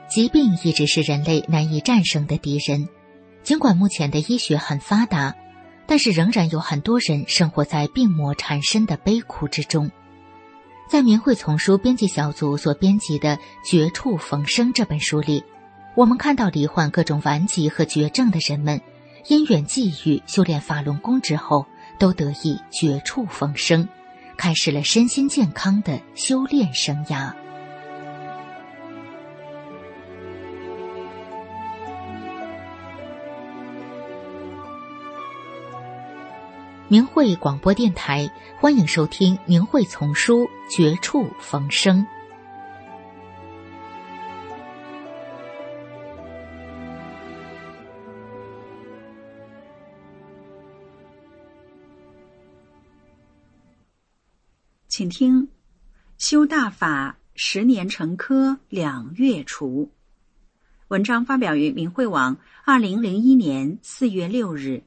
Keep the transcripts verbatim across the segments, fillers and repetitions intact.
疾病一直是人类难以战胜的敌人。尽管目前的医学很发达，但是仍然有很多人生活在病魔缠身的悲苦之中。在明慧丛书编辑小组所编辑的《绝处逢生》这本书里，我们看到罹患各种顽疾和绝症的人们，因缘际遇修炼法轮功之后，都得以绝处逢生，开始了身心健康的修炼生涯。明慧广播电台，欢迎收听明慧丛书《绝处逢生》。 请听：修大法，十年成科，两月除。文章发表于明慧网，二零零一年四月六日。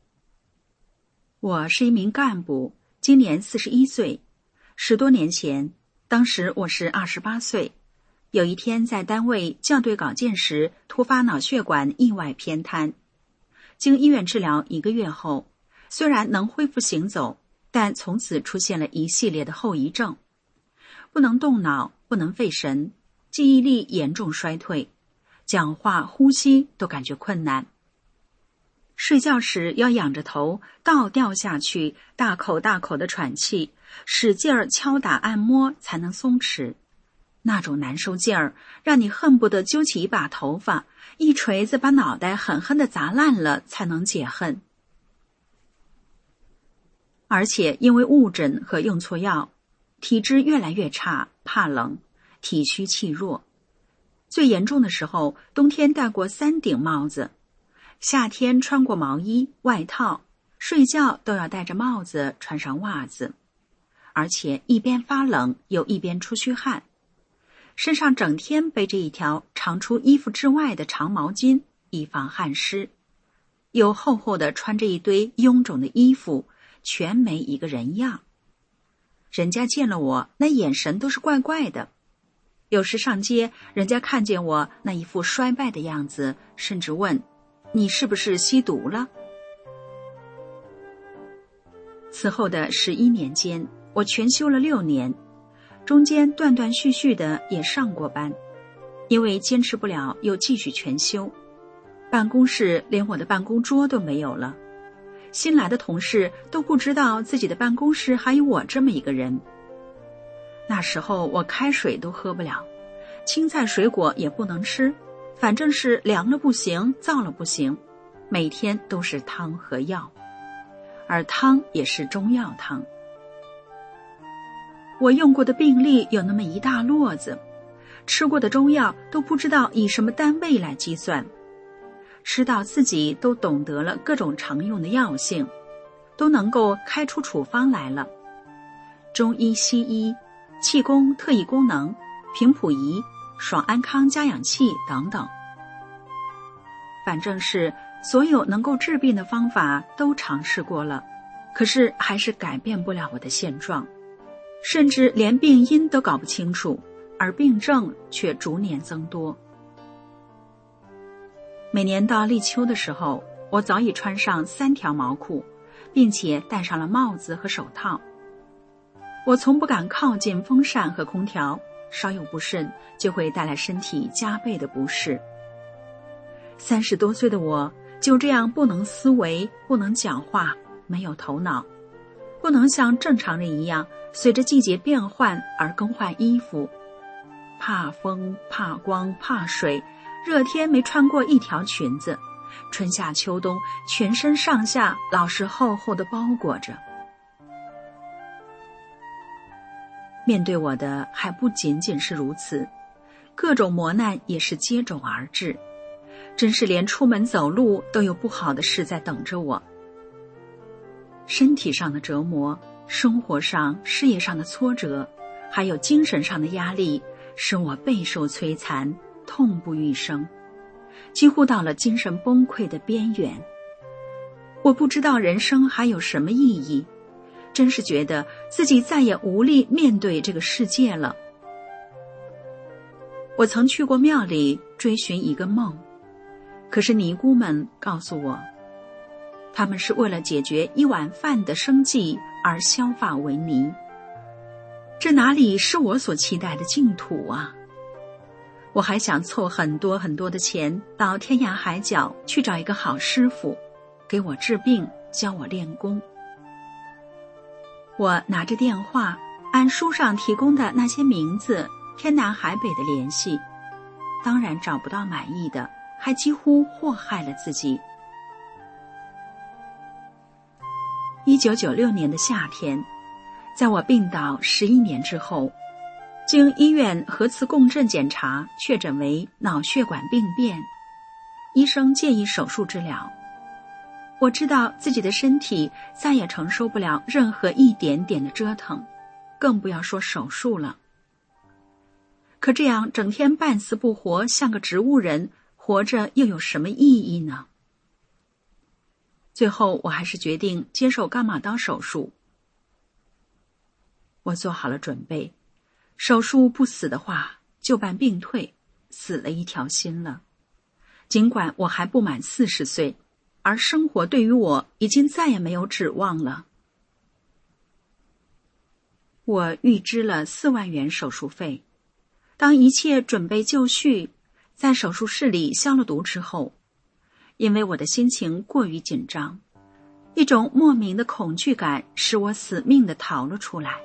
我是一名干部，今年四十一岁。十多年前，当时我是二十八岁。有一天在单位校对稿件时，突发脑血管意外偏瘫。经医院治疗一个月后，虽然能恢复行走，但从此出现了一系列的后遗症，不能动脑，不能费神，记忆力严重衰退，讲话、呼吸都感觉困难。睡觉时要仰着头，倒掉下去，大口大口的喘气，使劲儿敲打按摩才能松弛。那种难受劲儿，让你恨不得揪起一把头发，一锤子把脑袋狠狠地砸烂了才能解恨。而且因为误诊和用错药，体质越来越差，怕冷，体虚气弱。最严重的时候，冬天戴过三顶帽子，夏天穿过毛衣、外套，睡觉都要戴着帽子，穿上袜子，而且一边发冷又一边出虚汗，身上整天背着一条长出衣服之外的长毛巾，以防汗湿，又厚厚的穿着一堆臃肿的衣服，全没一个人样。人家见了我，那眼神都是怪怪的。有时上街，人家看见我那一副衰败的样子，甚至问：你是不是吸毒了？此后的十一年间，我全修了六年，中间断断续续的也上过班，因为坚持不了，又继续全修。办公室连我的办公桌都没有了，新来的同事都不知道自己的办公室还有我这么一个人。那时候我开水都喝不了，青菜水果也不能吃，反正是凉了不行，燥了不行，每天都是汤和药，而汤也是中药汤。我用过的病历有那么一大摞子，吃过的中药都不知道以什么单位来计算，吃到自己都懂得了各种常用的药性，都能够开出处方来了。中医、西医、气功、特异功能、平谱仪、爽安康加氧气等等，反正是所有能够治病的方法都尝试过了，可是还是改变不了我的现状，甚至连病因都搞不清楚，而病症却逐年增多。每年到立秋的时候，我早已穿上三条毛裤，并且戴上了帽子和手套。我从不敢靠近风扇和空调，稍有不慎就会带来身体加倍的不适。三十多岁的我就这样不能思维，不能讲话，没有头脑，不能像正常人一样随着季节变换而更换衣服，怕风，怕光，怕水，热天没穿过一条裙子，春夏秋冬全身上下老是厚厚的包裹着。面对我的还不仅仅是如此，各种磨难也是接踵而至，真是连出门走路都有不好的事在等着我。身体上的折磨，生活上、事业上的挫折，还有精神上的压力，使我备受摧残，痛不欲生，几乎到了精神崩溃的边缘。我不知道人生还有什么意义，真是觉得自己再也无力面对这个世界了。 我曾去过庙里追寻一个梦，可是尼姑们告诉我，他们是为了解决一碗饭的生计而削发为尼。这哪里是我所期待的净土啊！我还想凑很多很多的钱到天涯海角去找一个好师傅，给我治病，教我练功。我拿着电话，按书上提供的那些名字，天南海北的联系，当然找不到满意的，还几乎祸害了自己。一九九六年的夏天，在我病倒十一年之后，经医院核磁共振检查，确诊为脑血管病变，医生建议手术治疗。我知道自己的身体再也承受不了任何一点点的折腾，更不要说手术了。可这样整天半死不活，像个植物人，活着又有什么意义呢？最后我还是决定接受伽马刀手术。我做好了准备，手术不死的话，就伴病退，死了一条心了。尽管我还不满四十岁，而生活对于我已经再也没有指望了。我预支了四万元手术费。当一切准备就绪，在手术室里消了毒之后，因为我的心情过于紧张，一种莫名的恐惧感使我死命地逃了出来。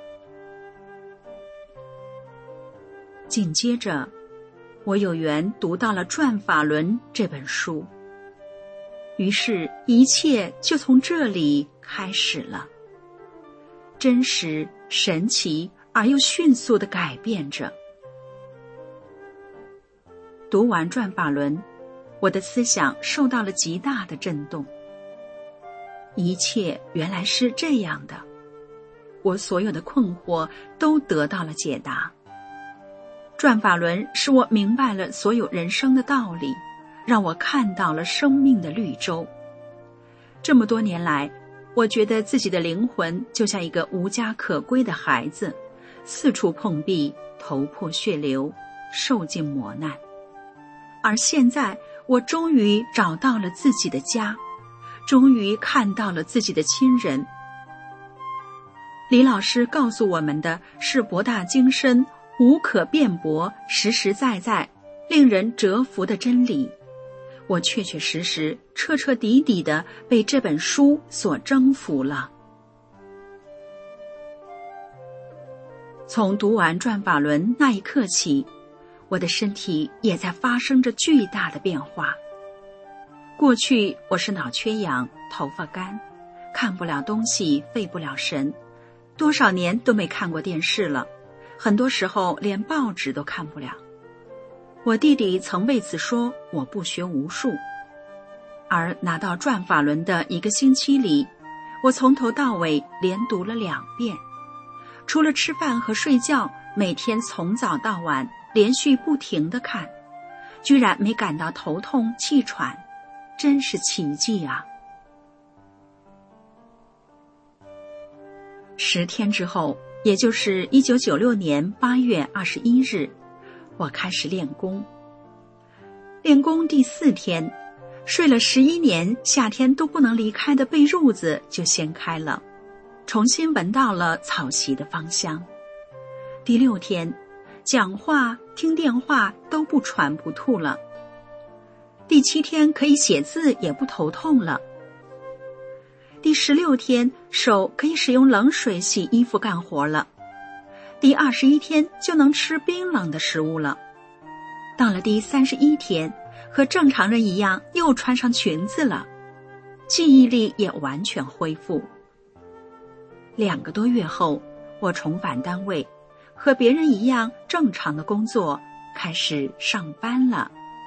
紧接着，我有缘读到了《转法轮》这本书，于是一切就从这里开始了，真实、神奇而又迅速地改变着。读完《转法轮》，我的思想受到了极大的震动。一切原来是这样的，我所有的困惑都得到了解答。转法轮使我明白了所有人生的道理，让我看到了生命的绿洲。这么多年来，我觉得自己的灵魂就像一个无家可归的孩子，四处碰壁，头破血流，受尽磨难。而现在，我终于找到了自己的家，终于看到了自己的亲人。李老师告诉我们的是博大精深、无可辩驳、实实在在、令人折服的真理。我确确实实、彻彻底底地被这本书所征服了。从读完《转法轮》那一刻起，我的身体也在发生着巨大的变化。过去我是脑缺氧、头发干，看不了东西，费不了神，多少年都没看过电视了，很多时候连报纸都看不了。我弟弟曾为此说我不学无术，而拿到《转法轮》的一个星期里，我从头到尾连读了两遍，除了吃饭和睡觉，每天从早到晚连续不停地看，居然没感到头痛气喘，真是奇迹啊！十天之后，也就是一九九六年八月二十一日，我开始练功。练功第四天，睡了十一年夏天都不能离开的被褥子就掀开了，重新闻到了草席的芳香。第六天，讲话、听电话都不喘不吐了。第七天可以写字也不头痛了。第十六天，手可以使用冷水洗衣服干活了。第二十一天就能吃冰冷的食物了。到了第三十一天，和正常人一样又穿上裙子了，记忆力也完全恢复。两个多月后，我重返单位，和别人一样正常的工作，开始上班了。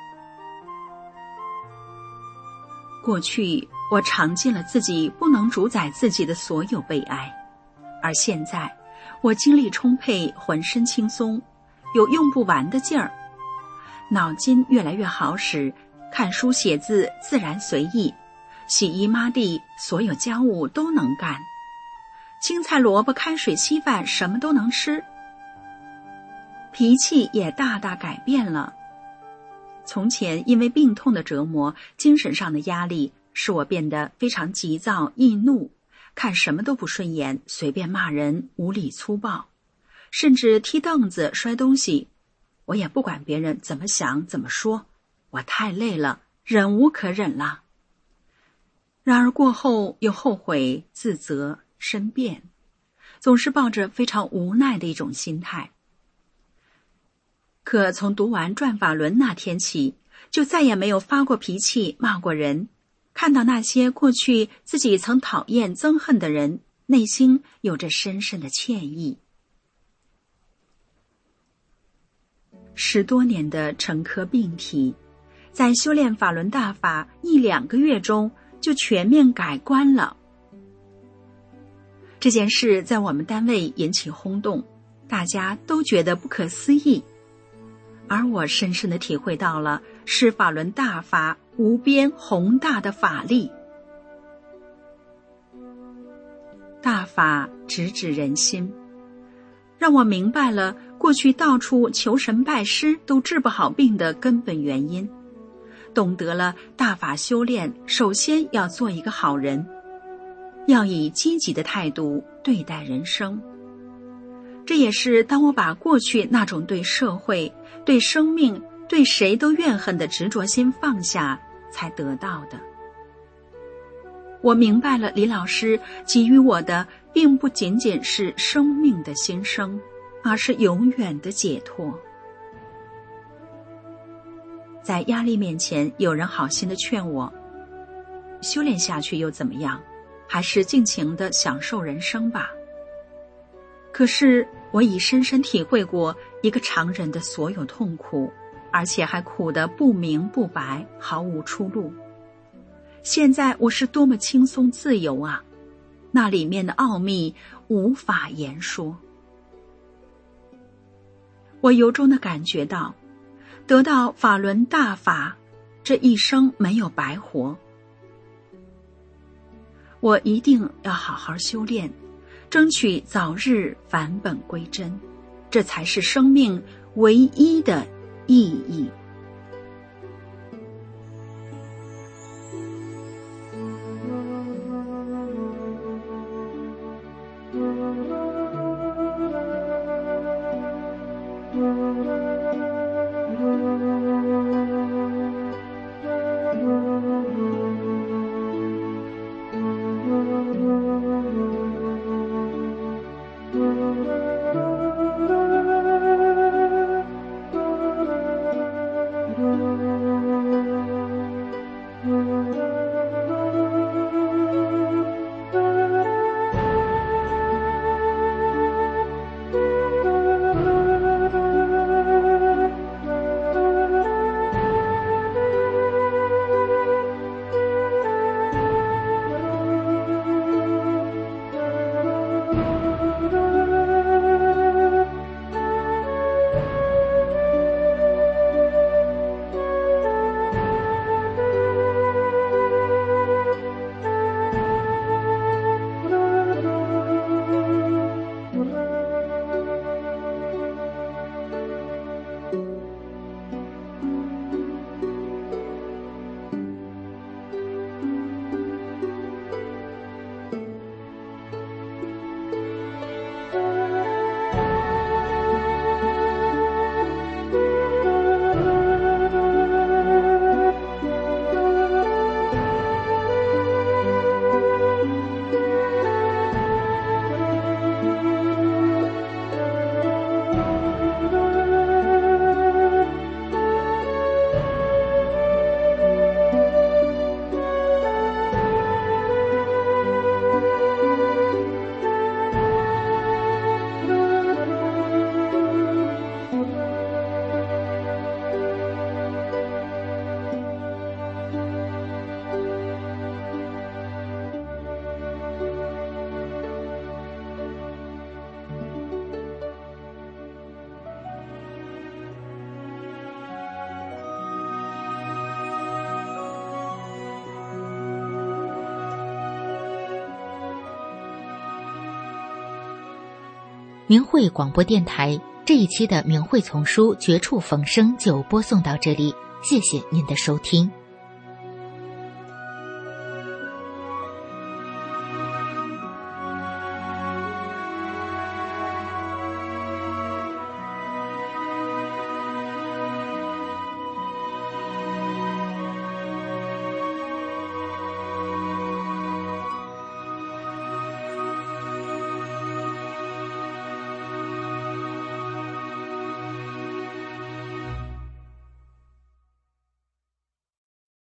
过去我尝尽了自己不能主宰自己的所有悲哀，而现在我精力充沛，浑身轻松，有用不完的劲儿，脑筋越来越好使，看书写字自然随意，洗衣抹地所有家务都能干，青菜萝卜开水稀饭什么都能吃。 脾气也大大改变了。从前因为病痛的折磨，精神上的压力使我变得非常急躁易怒，看什么都不顺眼，随便骂人，无理粗暴，甚至踢凳子摔东西。我也不管别人怎么想怎么说，我太累了，忍无可忍了。然而过后又后悔、自责、申辩，总是抱着非常无奈的一种心态。可从读完《转法轮》那天起，就再也没有发过脾气、骂过人。看到那些过去自己曾讨厌、憎恨的人，内心有着深深的歉意。十多年的沉疴病体，在修炼法轮大法一两个月中就全面改观了。这件事在我们单位引起轰动，大家都觉得不可思议，而我深深地体会到了是法轮大法无边宏大的法力。大法直指人心，让我明白了过去到处求神拜师都治不好病的根本原因，懂得了大法修炼首先要做一个好人，要以积极的态度对待人生。这也是当我把过去那种对社会、对生命、对谁都怨恨的执着心放下才得到的。我明白了李老师给予我的并不仅仅是生命的新生，而是永远的解脱。在压力面前，有人好心地劝我，修炼下去又怎么样，还是尽情地享受人生吧。可是我已深深体会过一个常人的所有痛苦，而且还苦得不明不白，毫无出路。现在我是多么轻松自由啊，那里面的奥秘无法言说。我由衷地感觉到，得到法轮大法，这一生没有白活。我一定要好好修炼，争取早日返本归真，这才是生命唯一的意义。 明慧广播电台这一期的明慧丛书绝处逢生就播送到这里，谢谢您的收听。